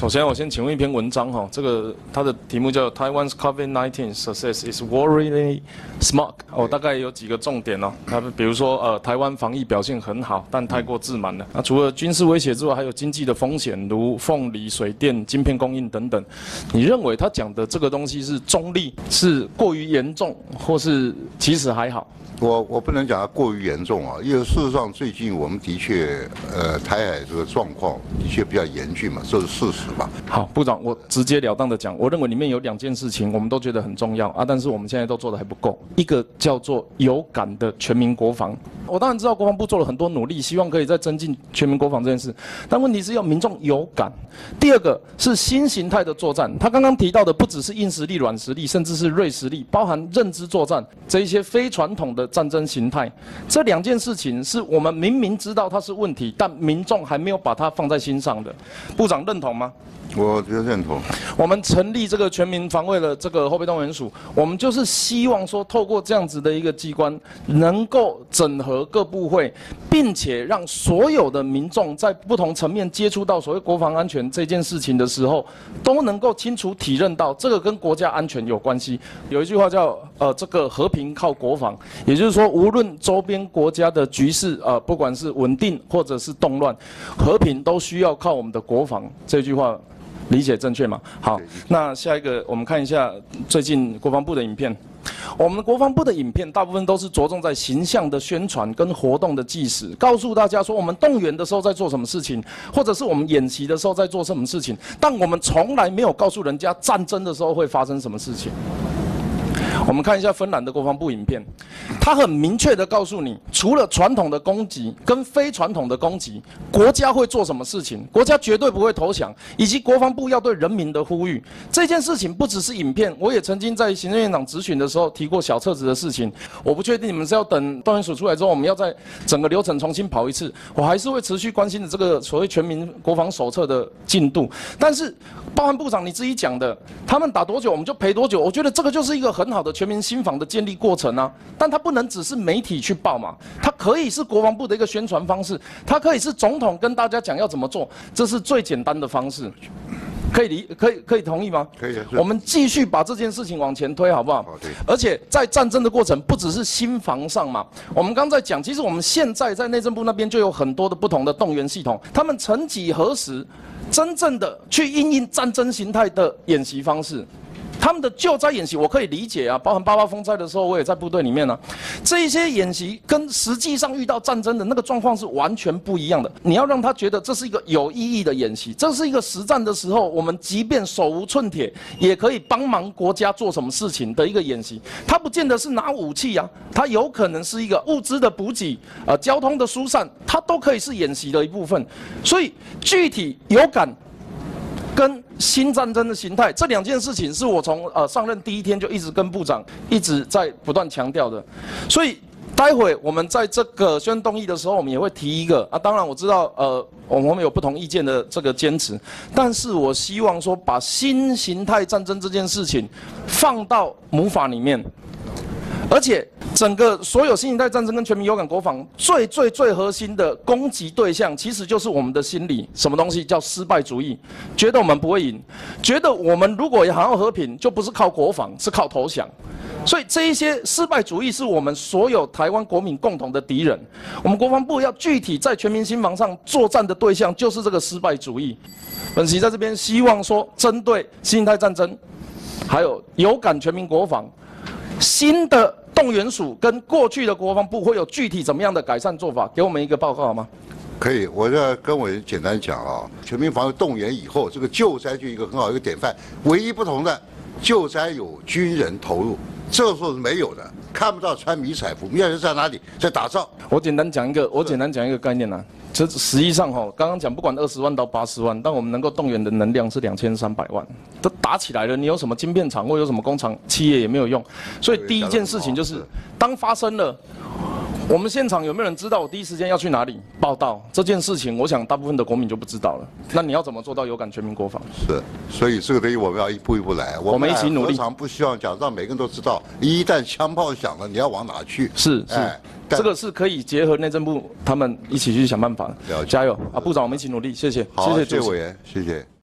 首先，我先请问一篇文章哈，这个它的题目叫 Taiwan's COVID-19 success is worryingly smug。大概有几个重点哦。它比如说台湾防疫表现很好，但太过自满了。那除了军事威胁之外，还有经济的风险，如凤梨、水电、晶片供应等等。你认为他讲的这个东西是中立，是过于严重，或是其实还好？ 我不能讲它过于严重啊，因为事实上最近我们的确，台海这个状况的确比较严峻嘛，这是事实嘛。 好，部长，我直截了当的讲，我认为里面有2件事情，我们都觉得很重要啊，但是我们现在都做得还不够。一个叫做有感的全民国防，我当然知道国防部做了很多努力，希望可以再增进全民国防这件事，但问题是要民众有感。第二个是新形态的作战，他刚刚提到的不只是硬实力、软实力，甚至是锐实力，包含认知作战这一些非传统的战争形态。这2件事情是我们明明知道它是问题，但民众还没有把它放在心上的。部长认同吗？ 我觉得认同。 我们成立这个全民防卫的这个后备动员署，我们就是希望说，透过这样子的一个机关，能够整合各部会，并且让所有的民众在不同层面接触到所谓国防安全这件事情的时候，都能够清楚体认到这个跟国家安全有关系。有一句话叫这个和平靠国防，也就是说，无论周边国家的局势不管是稳定或者是动乱，和平都需要靠我们的国防。这句话理解正确吗？好，那下一个我们看一下最近国防部的影片。我们国防部的影片大部分都是着重在形象的宣传跟活动的纪实，告诉大家说我们动员的时候在做什么事情，或者是我们演习的时候在做什么事情，但我们从来没有告诉人家战争的时候会发生什么事情。我们看一下芬兰的国防部影片，他很明确的告诉你，除了传统的攻击跟非传统的攻击，国家会做什么事情，国家绝对不会投降，以及国防部要对人民的呼吁。这件事情不只是影片，我也曾经在行政院长质询的时候提过小册子的事情。我不确定你们是要等动员署出来之后，我们要在整个流程重新跑一次，我还是会持续关心的这个所谓全民国防手册的进度。但是，包含部长你自己讲的，他们打多久我们就赔多久，我觉得这个就是一个很好的全民心防的建立过程啊，但它不能只是媒体去报嘛，它可以是国防部的一个宣传方式，它可以是总统跟大家讲要怎么做，这是最简单的方式。可以同意吗？ 可以。 我们继续把这件事情往前推，好不好？ 好的。 而且在战争的过程，不只是心防上嘛。我们刚在讲，其实我们现在在内政部那边就有很多的不同的动员系统，他们曾几何时真正的去因应战争形态的演习方式。他们的救灾演习我可以理解啊，包含88风灾的时候，我也在部队里面啊。这一些演习跟实际上遇到战争的那个状况是完全不一样的。你要让他觉得这是一个有意义的演习，这是一个实战的时候，我们即便手无寸铁，也可以帮忙国家做什么事情的一个演习。它不见得是拿武器啊，它有可能是一个物资的补给，交通的疏散，它都可以是演习的一部分。所以具体有感跟新战争的形态，这2件事情是我从上任第一天就一直跟部长一直在不断强调的。所以待会我们在这个宣动议的时候，我们也会提一个啊，当然我知道我们有不同意见的这个坚持，但是我希望说把新形态战争这件事情放到母法里面。而且整个所有新形态战争跟全民有感国防最核心的攻击对象，其实就是我们的心理，什么东西叫失败主义？觉得我们不会赢，觉得我们如果想要和平，就不是靠国防，是靠投降。所以这一些失败主义是我们所有台湾国民共同的敌人。我们国防部要具体在全民心防上作战的对象，就是这个失败主义。本席在这边希望说，针对新形态战争，还有有感全民国防，新的动员署跟过去的国防部会有具体怎么样的改善做法？给我们一个报告好吗？ 可以，我要跟我简单讲啊，全民防卫动员以后，这个救灾就一个很好一个典范。唯一不同的，救灾有军人投入，这时候是没有的，看不到穿迷彩服，迷彩服在哪里？在打仗。我简单讲一个概念啊。这实际上刚刚讲不管20万到80万，但我们能够动员的能量是2300万，都打起来了，你有什么晶片厂或有什么工厂企业也没有用。所以第一件事情就是，当发生了，我们现场有没有人知道我第一时间要去哪里报道这件事情？我想大部分的国民就不知道了。那你要怎么做到有感全民国防？是，所以这个东西我们要一步一步来。我们一起努力。何尝不希望讲让每个人都知道，一旦枪炮响了，你要往哪去？是。这个是可以结合内政部他们一起去想办法的。加油啊，部长，我们一起努力，谢谢，谢谢委员，谢谢。